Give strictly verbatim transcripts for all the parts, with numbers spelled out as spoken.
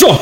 说。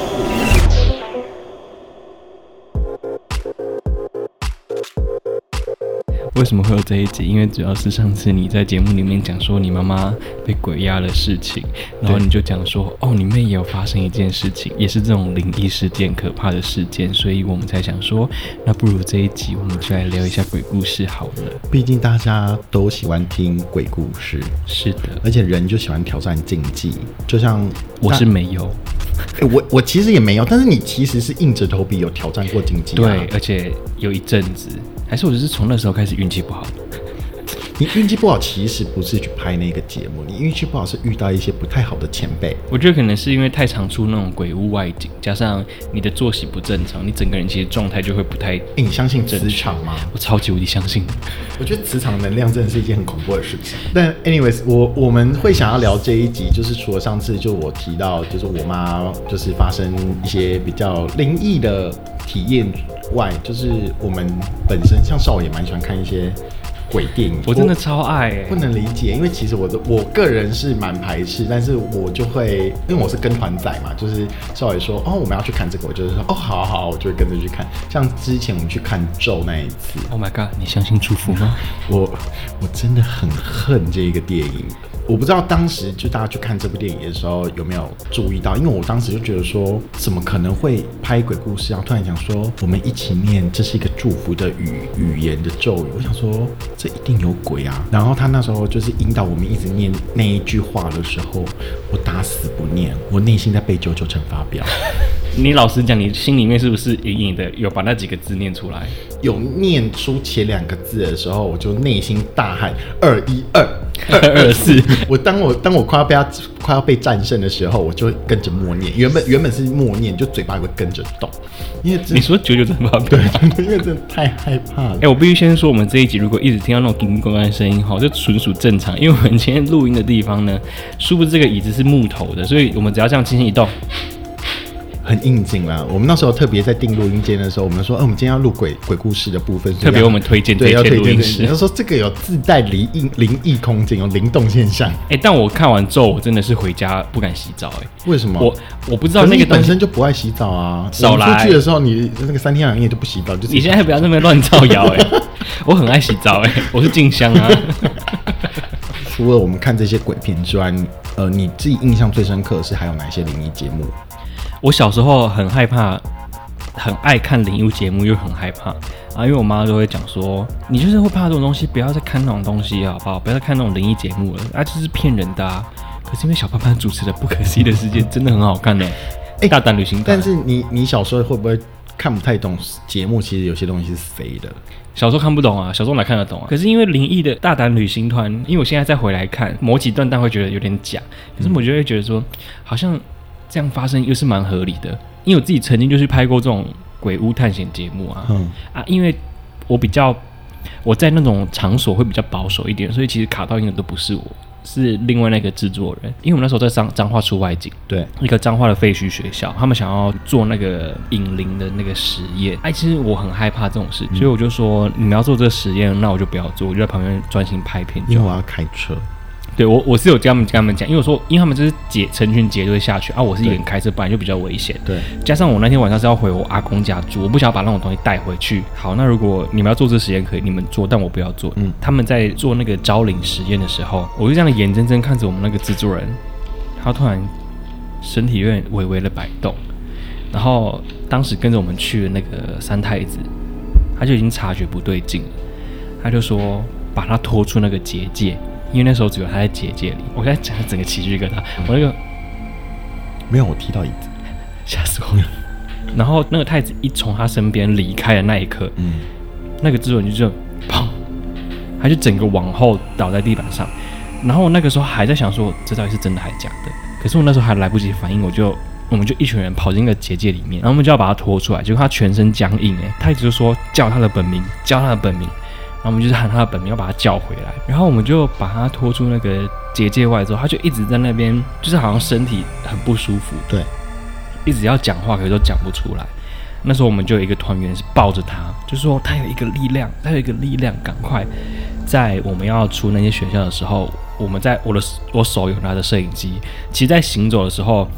为什么会有这一集？因为主要是上次你在节目里面讲说你妈妈被鬼压的事情，然后你就讲说哦，里面也有发生一件事情，也是这种灵异事件、可怕的事件，所以我们才想说，那不如这一集我们就来聊一下鬼故事好了。 毕竟大家都喜欢听鬼故事， 是的， 而且人就喜欢挑战禁忌，就像我是没有。 欸、我我其实也没有，但是你其实是硬着头皮有挑战过禁忌、啊， 对，而且有一阵子，还是我只是从那时候开始运气不好。 你运气不好，其实不是去拍那个节目，你运气不好是遇到一些不太好的前辈。 我觉得可能是因为太常出那种鬼屋外景，加上你的作息不正常，你整个人其实状态就会不太。哎、 欸，你相信磁场吗？ 我超级无敌相信。 我觉得磁场能量真的是一件很恐怖的事情。但 anyways， 我我们会想要聊这一集，就是除了上次就我提到，就是我妈就是发生一些比较灵异的体验外，就是我们本身像少爷蛮喜欢看一些鬼电影， 我真的超爱、欸， 不能理解，因为其实我的我个人是蛮排斥，但是我就会，因为我是跟团仔嘛，就是少伟说哦我们要去看这个，我就是说哦好好，我就会跟着去看。像之前我们去看咒那一次 ，Oh my god， 你相信祝福吗？ 我我真的很恨这一个电影。我不知道当时就大家去看这部电影的时候有没有注意到，因为我当时就觉得说，怎么可能会拍鬼故事啊？突然想说，我们一起念，这是一个祝福的语语言的咒语。我想说，这一定有鬼啊！然后他那时候就是引导我们一直念那一句话的时候，我打死不念，我内心在背九九乘法表。 你老实讲，你心里面是不是隐隐的有把那几个字念出来？ 有念出前两个字的时候，我就内心大喊二一二二二四。 我当我当我快要被他快要被战胜的时候，我就会跟着默念。原本原本是默念，就嘴巴也会跟着动。因为你说九九乘法表， 对，因为真的太害怕了。 哎、欸，我必须先说，我们这一集如果一直听到那种叮叮咣咣的声音，哈，这纯属正常。因为我们今天录音的地方呢，殊不知这个椅子是木头的，所以我们只要这样轻轻一动。 很应景啦。我们那时候特别在订录音间的时候，我们说，哎、欸，我们今天要录鬼鬼故事的部分， 特别我们推荐这一间录音室。 他说这个有自带灵异灵异空间，有灵动现象。 哎、欸，但我看完之后，我真的是回家不敢洗澡、欸。哎， 为什么？ 我我不知道那个本身就不爱洗澡啊。 少来出去的时候，你那个三天两夜就不洗澡，就是、 你现在不要那么乱造谣哎。我很爱洗澡哎、欸，我是静香啊。 除了我们看这些鬼片之外，呃，你自己印象最深刻的是还有哪些灵异节目？ 我小时候很害怕，很爱看灵异节目，又很害怕啊，因为我妈都会讲说，你就是会怕这种东西，不要再看那种东西好不好？不要再看那种灵异节目了，啊，这是骗人的啊。可是因为小潘潘主持的《不可思议的世界》真的很好看呢、欸，欸、大胆旅行团。 但是你你小时候会不会看不太懂节目？其实有些东西是飞的。 小时候看不懂啊，小时候哪看得懂啊？可是因为灵异的大胆旅行团，因为我现在再回来看某几段，但会觉得有点假。可是我就会觉得说，好像这样发生又是蛮合理的。因为我自己曾经就去拍过这种鬼屋探险节目啊，嗯啊，因为我比较我在那种场所会比较保守一点，所以其实卡到音的都不是我。是另外那个制作人，因为我们那时候在彰彰化出外景， 对， 一个彰化的废墟学校，他们想要做那个引灵的那个实验。哎，其实我很害怕这种事，嗯、所以我就说你们要做这个实验，那我就不要做，我就在旁边专心拍片。 因为我要开车。 对，我我是有跟他们跟他们讲，因为我说，因为他们就是结成群结队下去啊，我是一个人开车，本来就比较危险。 对， 加上我那天晚上是要回我阿公家住，我不想要把那种东西带回去。好，那如果你们要做这个实验，可以你们做，但我不要做。嗯，他们在做那个招灵实验的时候，我就这样眼睁睁看着我们那个制作人，他突然身体有点微微的摆动，然后当时跟着我们去的那个三太子，他就已经察觉不对劲了，他就说把他拖出那个结界。因为那时候只有他在结界里，我在讲整个起居跟他，嗯、我那个没有，我踢到椅子， 吓死我了。然后那个太子一从他身边离开的那一刻，嗯，那个制作人就这样砰，他就整个往后倒在地板上。然后我那个时候还在想说，这到底是真的还是假的？可是我那时候还来不及反应，我就我们就一群人跑进那个结界里面，然后我们就要把他拖出来，结果他全身僵硬，哎，太子就说叫他的本名，叫他的本名。然后我们就是喊他的本名，要把他叫回来。然后我们就把他拖出那个结界外之后，他就一直在那边，就是好像身体很不舒服， 对， 一直要讲话，可是都讲不出来。那时候我们就有一个团员是抱着他，就说他有一个力量，他有一个力量，赶快在我们要出那些学校的时候，我们在我的我手有拿着摄影机，其实在行走的时候，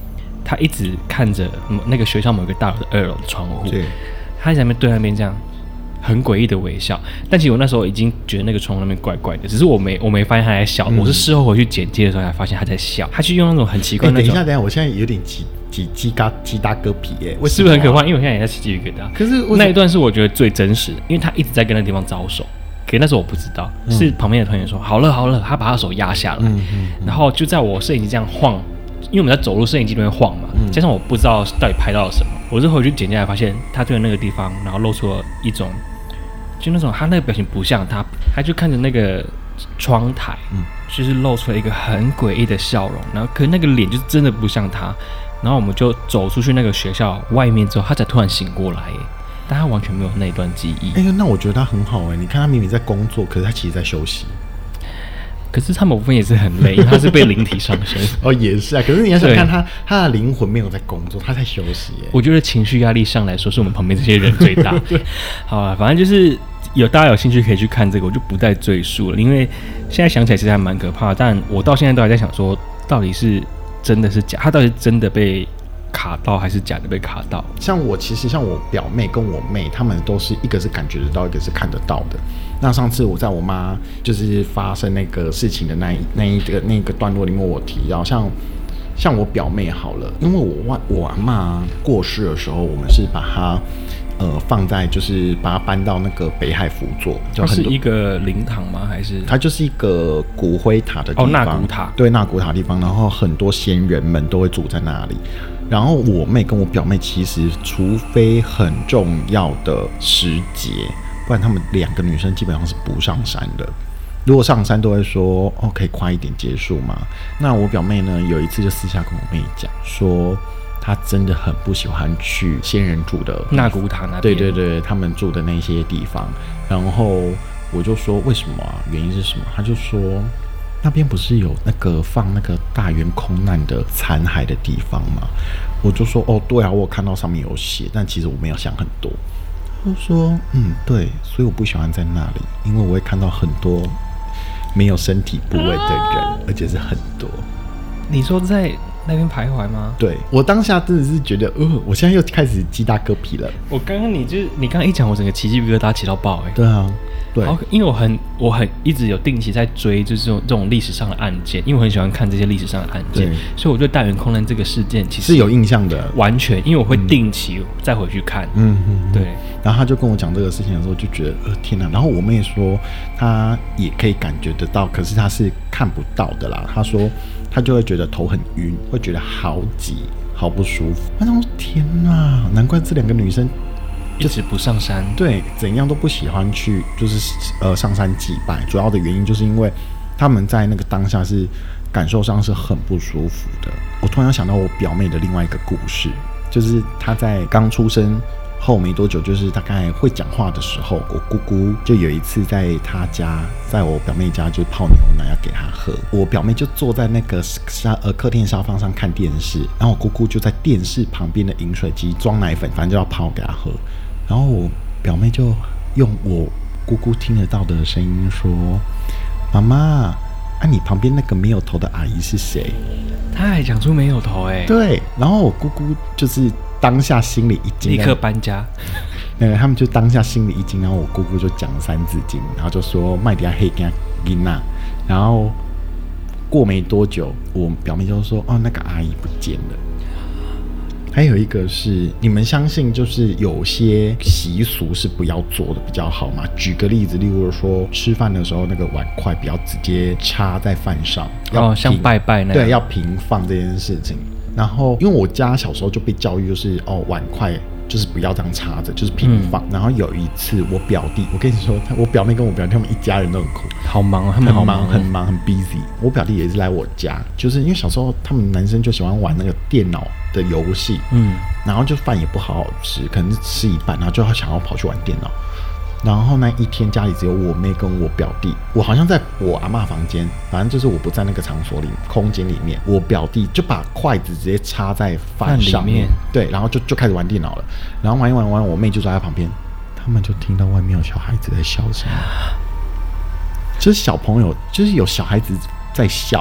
他一直看着那个学校某一个大楼的二楼的窗户， 对， 他在那边对那边这样很诡异的微笑。但其实我那时候已经觉得那个窗户那边怪怪的，只是我没我没发现他在笑，嗯、我是事后回去剪接的时候才发现他在笑。他去用那种很奇怪的、 欸。等一下，等一下，我现在有点鸡鸡鸡嘎鸡大哥皮耶、欸， 是不是很可怕？因为我现在也在起鸡皮疙瘩。 可是那一段是我觉得最真实的，因为他一直在跟那地方招手。可那时候我不知道，嗯、是旁边的团员说好了好了，他把他手压下来，嗯嗯嗯、然后就在我摄影机这样晃，因为我们在走路，摄影机都会晃嘛，嗯、加上我不知道到底拍到了什么，我是回去剪下来发现他对着那个地方，然后露出了一种，就那种他那个表情不像他，他就看着那个窗台，嗯、就是露出了一个很诡异的笑容，然后可是那个脸就是真的不像他，然后我们就走出去那个学校外面之后，他才突然醒过来耶。但他完全没有那一段记忆。 哎、欸，那我觉得他很好哎、欸。你看他明明在工作，可是他其实在休息。 可是他某部分也是很累，因为他是被灵体上身。 哦，也是啊。可是你要想看他，他的灵魂没有在工作，他在休息、欸。 我觉得情绪压力上来说，是我们旁边这些人最大。好啊，反正就是有大家有兴趣可以去看这个，我就不再赘述了，因为现在想起来其实还蛮可怕的。但我到现在都还在想说，到底是真的是假？他到底是真的被卡到还是假的被卡到？ 像我其实像我表妹跟我妹，她们都是一个是感觉得到，一个是看得到的。那上次我在我妈就是发生那个事情的那一那一个那个段落里面，我提到像像我表妹好了，因为我我阿嬷过世的时候，我们是把她呃放在就是把它搬到那个北海福座， 它是一个灵堂吗？还是它就是一个骨灰塔的地方？ 哦，纳古塔。 对，纳古塔的地方，然后很多先人们都会住在那里。然后我妹跟我表妹其实，除非很重要的时节，不然她们两个女生基本上是不上山的。如果上山都会说哦，可以快一点结束嘛。那我表妹呢，有一次就私下跟我妹讲说，她真的很不喜欢去先人住的纳古塔那边。 对对对，他们住的那些地方。然后我就说为什么啊？原因是什么？她就说那边不是有那个放那个大圆空难的残骸的地方吗？我就说哦，对啊，我有看到上面有写，但其实我没有想很多。他就说嗯，对，所以我不喜欢在那里，因为我会看到很多没有身体部位的人，啊、而且是很多。 你说在那边徘徊吗？ 对，我当下真的是觉得，呃，我现在又开始鸡大哥皮了。 我刚刚你就是你刚刚一讲，我整个起鸡皮疙瘩起到爆哎、欸。 对啊。对， 因为我很我很一直有定期在追，就是这种这种历史上的案件，因为我很喜欢看这些历史上的案件，所以我对大圆空难这个事件其实是有印象的， 完全，因为我会定期再回去看。 嗯嗯， 对。 然后他就跟我讲这个事情的时候，就觉得呃天哪！然后我妹说她也可以感觉得到，可是她是看不到的啦。她说她就会觉得头很晕，会觉得好挤、好不舒服。我想说天哪，难怪这两个女生。 一直不上山， 对，怎样都不喜欢去，就是呃上山祭拜。主要的原因就是因为他们在那个当下是感受上是很不舒服的。我突然想到我表妹的另外一个故事，就是她在刚出生后没多久，就是大概会讲话的时候，我姑姑就有一次在她家，在我表妹家就泡牛奶要给她喝，我表妹就坐在那个沙呃客厅沙发上看电视，然后我姑姑就在电视旁边的饮水机装奶粉，反正就要泡给她喝。然后我表妹就用我姑姑听得到的声音说：“妈妈，啊，你旁边那个没有头的阿姨是谁？” 她还讲出没有头哎、欸。 对，然后我姑姑就是当下心里一惊， 立刻搬家。 呃，他们就当下心里一惊，然后我姑姑就讲了三字经，然后就说卖点黑给囡娜。然后过没多久，我表妹就说：“哦，那个阿姨不见了。”还有一个是，你们相信就是有些习俗是不要做的比较好吗？举个例子，例如说吃饭的时候那个碗筷不要直接插在饭上，要哦，像拜拜那样， 对，要平放这件事情。然后因为我家小时候就被教育，就是哦碗筷就是不要这样插着，就是平放。嗯、然后有一次我表弟，我跟你说，我表妹跟我表弟他们一家人都很苦， 好忙啊，他们好忙， 很忙很 busy。我表弟也是来我家，就是因为小时候他们男生就喜欢玩那个电脑的游戏，嗯，然后就饭也不好好吃，可能是吃一半，然后就想要跑去玩电脑。然后那一天家里只有我妹跟我表弟，我好像在我阿嬷房间，反正就是我不在那个场所里空间里面，我表弟就把筷子直接插在饭上面，对，然后就就开始玩电脑了。然后玩一玩玩，我妹就在他旁边，他们就听到外面有小孩子在笑声，就是小朋友，就是有小孩子在笑。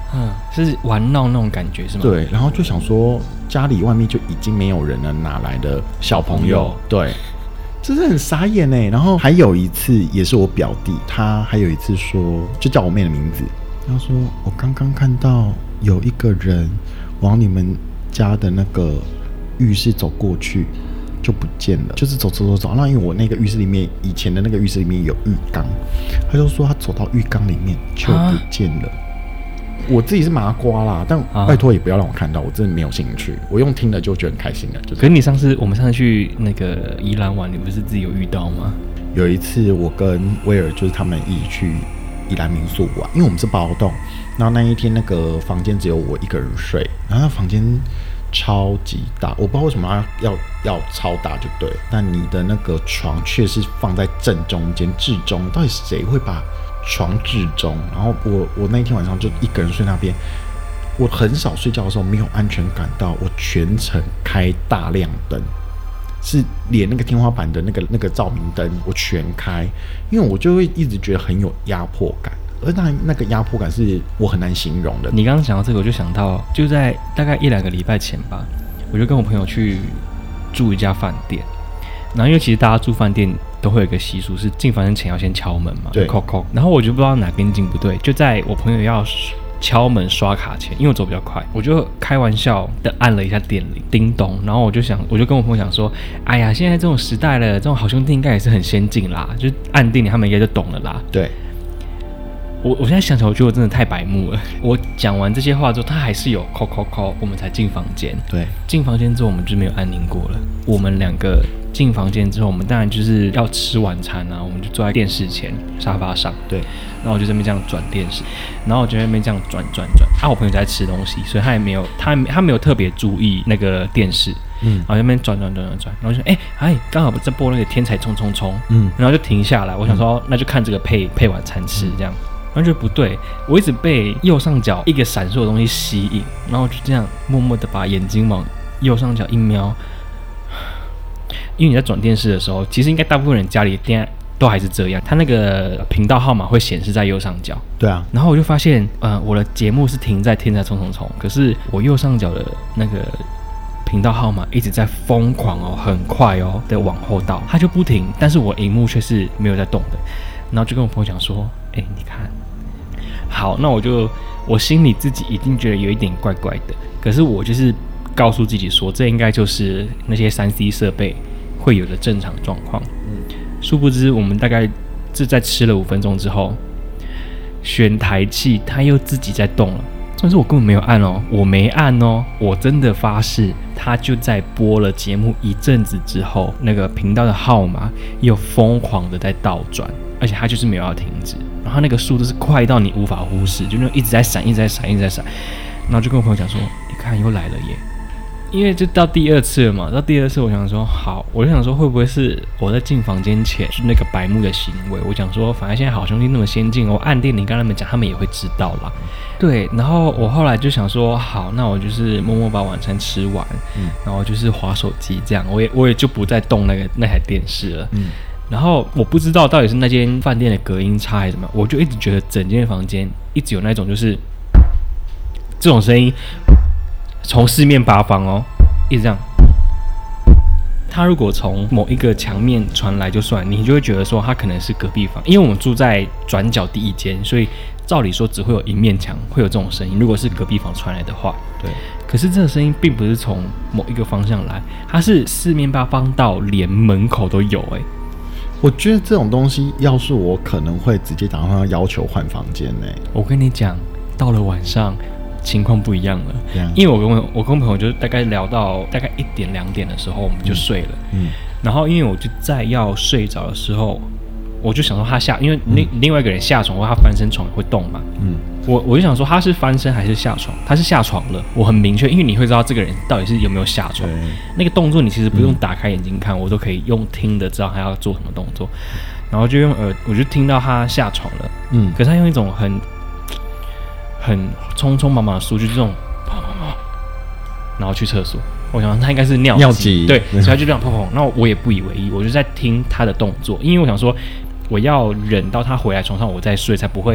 嗯，是玩闹那种感觉是吗？ 对，然后就想说家里外面就已经没有人了，哪来的小朋友？对，真是很傻眼哎。然后还有一次也是我表弟，他还有一次说，就叫我妹的名字，他说我刚刚看到有一个人往你们家的那个浴室走过去。就不见了，就是走走走走。那因为我那个浴室里面，以前的那个浴室里面有浴缸，他就说他走到浴缸里面就不见了。啊、我自己是麻瓜啦，但拜托也不要让我看到，我真的没有兴趣。我用听了就觉得很开心了。就是、 可是你上次我们上次去那个宜兰玩，你不是自己有遇到吗？ 有一次我跟威尔就是他们一起去宜兰民宿玩，因为我们是包栋，然后那一天那个房间只有我一个人睡，然后那房间。超级大，我不知道为什么要要要超大就对了，但你的那个床却是放在正中间至中，到底谁会把床至中？然后我我那一天晚上就一个人睡那边，我很少睡觉的时候没有安全感到，我全程开大亮灯，是连那个天花板的那个那个照明灯我全开，因为我就会一直觉得很有压迫感。而那那个压迫感是我很难形容的。 你刚刚讲到这个，我就想到，就在大概一两个礼拜前吧，我就跟我朋友去住一家饭店。然后因为其实大家住饭店都会有一个习俗，是进房间前要先敲门嘛， 对， 叩叩。然后我就不知道哪根筋不对，就在我朋友要敲门刷卡前，因为我走比较快，我就开玩笑的按了一下电铃，叮咚。然后我就想，我就跟我朋友讲说，哎呀，现在这种时代了，这种好兄弟应该也是很先进啦，就按电铃他们应该就懂了啦。 对。 我我现在想起来，我觉得我真的太白目了。我讲完这些话之后，他还是有扣扣扣，我们才进房间。 对， 进房间之后我们就没有安宁过了。我们两个进房间之后，我们当然就是要吃晚餐啊，我们就坐在电视前沙发上。 对， 然后我就在那边这样转电视，然后我就在那边这样转转转。啊，我朋友在吃东西，所以他也没有他他没有特别注意那个电视。嗯，然后在那边转转转转转，然后就说，哎、欸、哎，刚好在播那个《天才冲冲冲》。嗯，然后就停下来，我想说，嗯、那就看这个配配晚餐吃这样。然后觉得不对，我一直被右上角一个闪烁的东西吸引，然后就这样默默的把眼睛往右上角一瞄。因为你在转电视的时候，其实应该大部分人家里电都还是这样，它那个频道号码会显示在右上角。 对啊。 然后我就发现，呃，我的节目是停在天才冲冲冲，可是我右上角的那个频道号码一直在疯狂哦，很快哦的往后倒，它就不停，但是我荧幕却是没有在动的。然后就跟我朋友讲说，哎、欸，你看。好，那我就我心里自己一定觉得有一点怪怪的，可是我就是告诉自己说，这应该就是那些 三 C 设备会有的正常状况。嗯，殊不知我们大概是在吃了五分钟之后，选台器它又自己在动了，但是我根本没有按哦，我没按哦，我真的发誓，它就在播了节目一阵子之后，那个频道的号码又疯狂的在倒转，而且它就是没有要停止。然后那个速度是快到你无法忽视，就那种一直在闪，一直在闪，一直在闪。然后就跟我朋友讲说：“你看又来了耶！”因为就到第二次了嘛，到第二次我想说好，我就想说会不会是我在进房间前是那个白目的行为？我想说，反正现在好兄弟那么先进，我按电铃跟他们讲，他们也会知道啦。对，然后我后来就想说，好，那我就是默默把晚餐吃完，嗯，然后就是滑手机这样，我也我也就不再动那个那台电视了，嗯。然后我不知道到底是那间饭店的隔音差还是什么，我就一直觉得整间房间一直有那种就是这种声音，从四面八方哦，一直这样。它如果从某一个墙面传来就算，你就会觉得说它可能是隔壁房，因为我们住在转角第一间，所以照理说只会有一面墙会有这种声音。如果是隔壁房传来的话， 对。 可是这个声音并不是从某一个方向来，它是四面八方到连门口都有、欸。哎， 我觉得这种东西，要是我可能会直接打电话要求换房间呢、欸。 我跟你讲，到了晚上。情况不一样了， yeah. 因为我跟我我跟朋友就大概聊到大概一点两点的时候，我们就睡了。嗯，然后因为我就在要睡着的时候，我就想说他下，因为另、嗯、另外一个人下床或他翻身床会动嘛。嗯，我我就想说他是翻身还是下床？他是下床了，我很明确，因为你会知道这个人到底是有没有下床。那个动作你其实不用打开眼睛看，嗯、我都可以用听的知道他要做什么动作。然后就用耳，我就听到他下床了。嗯，可是他用一种很。很匆匆忙忙的速度，就这种砰砰砰，然后去厕所。我想他应该是尿尿急， 对，所以他就这样砰砰。那我也不以为意，我就在听他的动作，因为我想说，我要忍到他回来床上，我再睡，才不会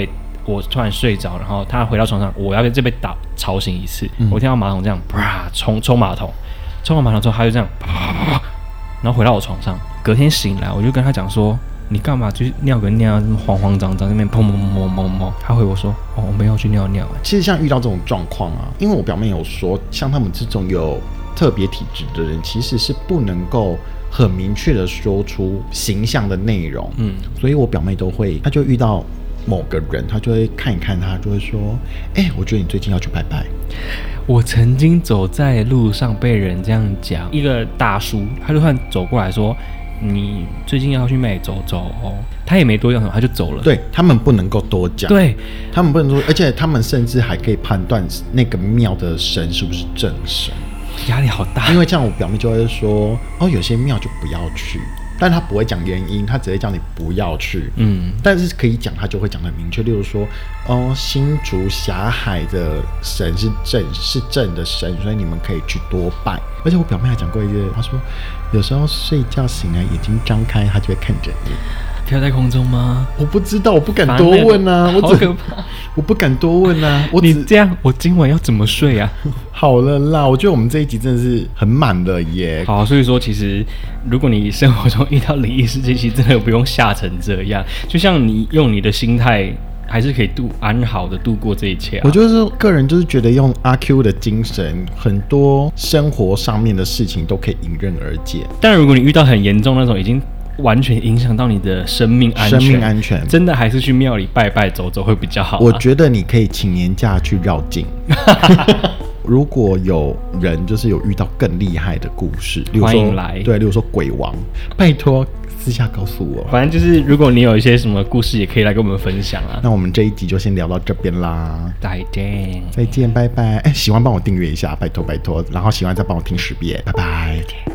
我突然睡着，然后他回到床上，我要再被打吵醒一次。嗯、我听到马桶这样啪冲冲马桶，冲完马桶之后，他就这样啪啪啪啪，然后回到我床上。隔天醒来，我就跟他讲说：“你干嘛？就是尿个尿，慌慌张张，那边砰砰砰砰砰砰。”他回我说：“哦，我没有去尿尿。” 其实像遇到这种状况啊，因为我表妹有说，像他们这种有特别体质的人，其实是不能够很明确的说出形象的内容。嗯，所以我表妹都会，她就遇到某个人，她就会看一看他，就会说：“哎、欸，我觉得你最近要去拜拜。” 我曾经走在路上被人这样讲，一个大叔他就突然走过来说：“你最近要去庙里走走哦。”他也没多讲什么，他就走了。 对，他们不能够多讲， 对他们不能说，而且他们甚至还可以判断那个庙的神是不是正神。 压力好大， 因为这样我表妹就会说：“哦，有些庙就不要去。”但他不会讲原因，他只会叫你不要去。嗯，但是可以讲，他就会讲得很明确。例如说，哦，新竹霞海的神是正是正的神，所以你们可以去多拜。而且我表妹还讲过一个，她说有时候睡觉醒来眼睛张开，他就会看着你。 飘在空中吗？ 我不知道，我不敢多问啊。我好可怕， 我不敢多问啊。我你这样，我今晚要怎么睡啊？ 好了啦，我觉得我们这一集真的是很满了耶。 好，所以说其实如果你生活中遇到灵异事件，其实真的不用吓成这样。就像你用你的心态，还是可以度安好的度过这一切、啊。 我就是个人就是觉得用阿 Q 的精神，很多生活上面的事情都可以迎刃而解。 但如果你遇到很严重那种已经完全影响到你的生命安全， 生命安全真的还是去庙里拜拜走走会比较好、啊。 我觉得你可以请年假去绕境。如果有人就是有遇到更厉害的故事，例如说欢迎来， 对，例如说鬼王，拜托私下告诉我。 反正就是如果你有一些什么故事，也可以来跟我们分享啊。 那我们这一集就先聊到这边啦， 再见， 再见，拜拜。哎，喜欢帮我订阅一下，拜托拜托，然后喜欢再帮我听十遍，拜拜。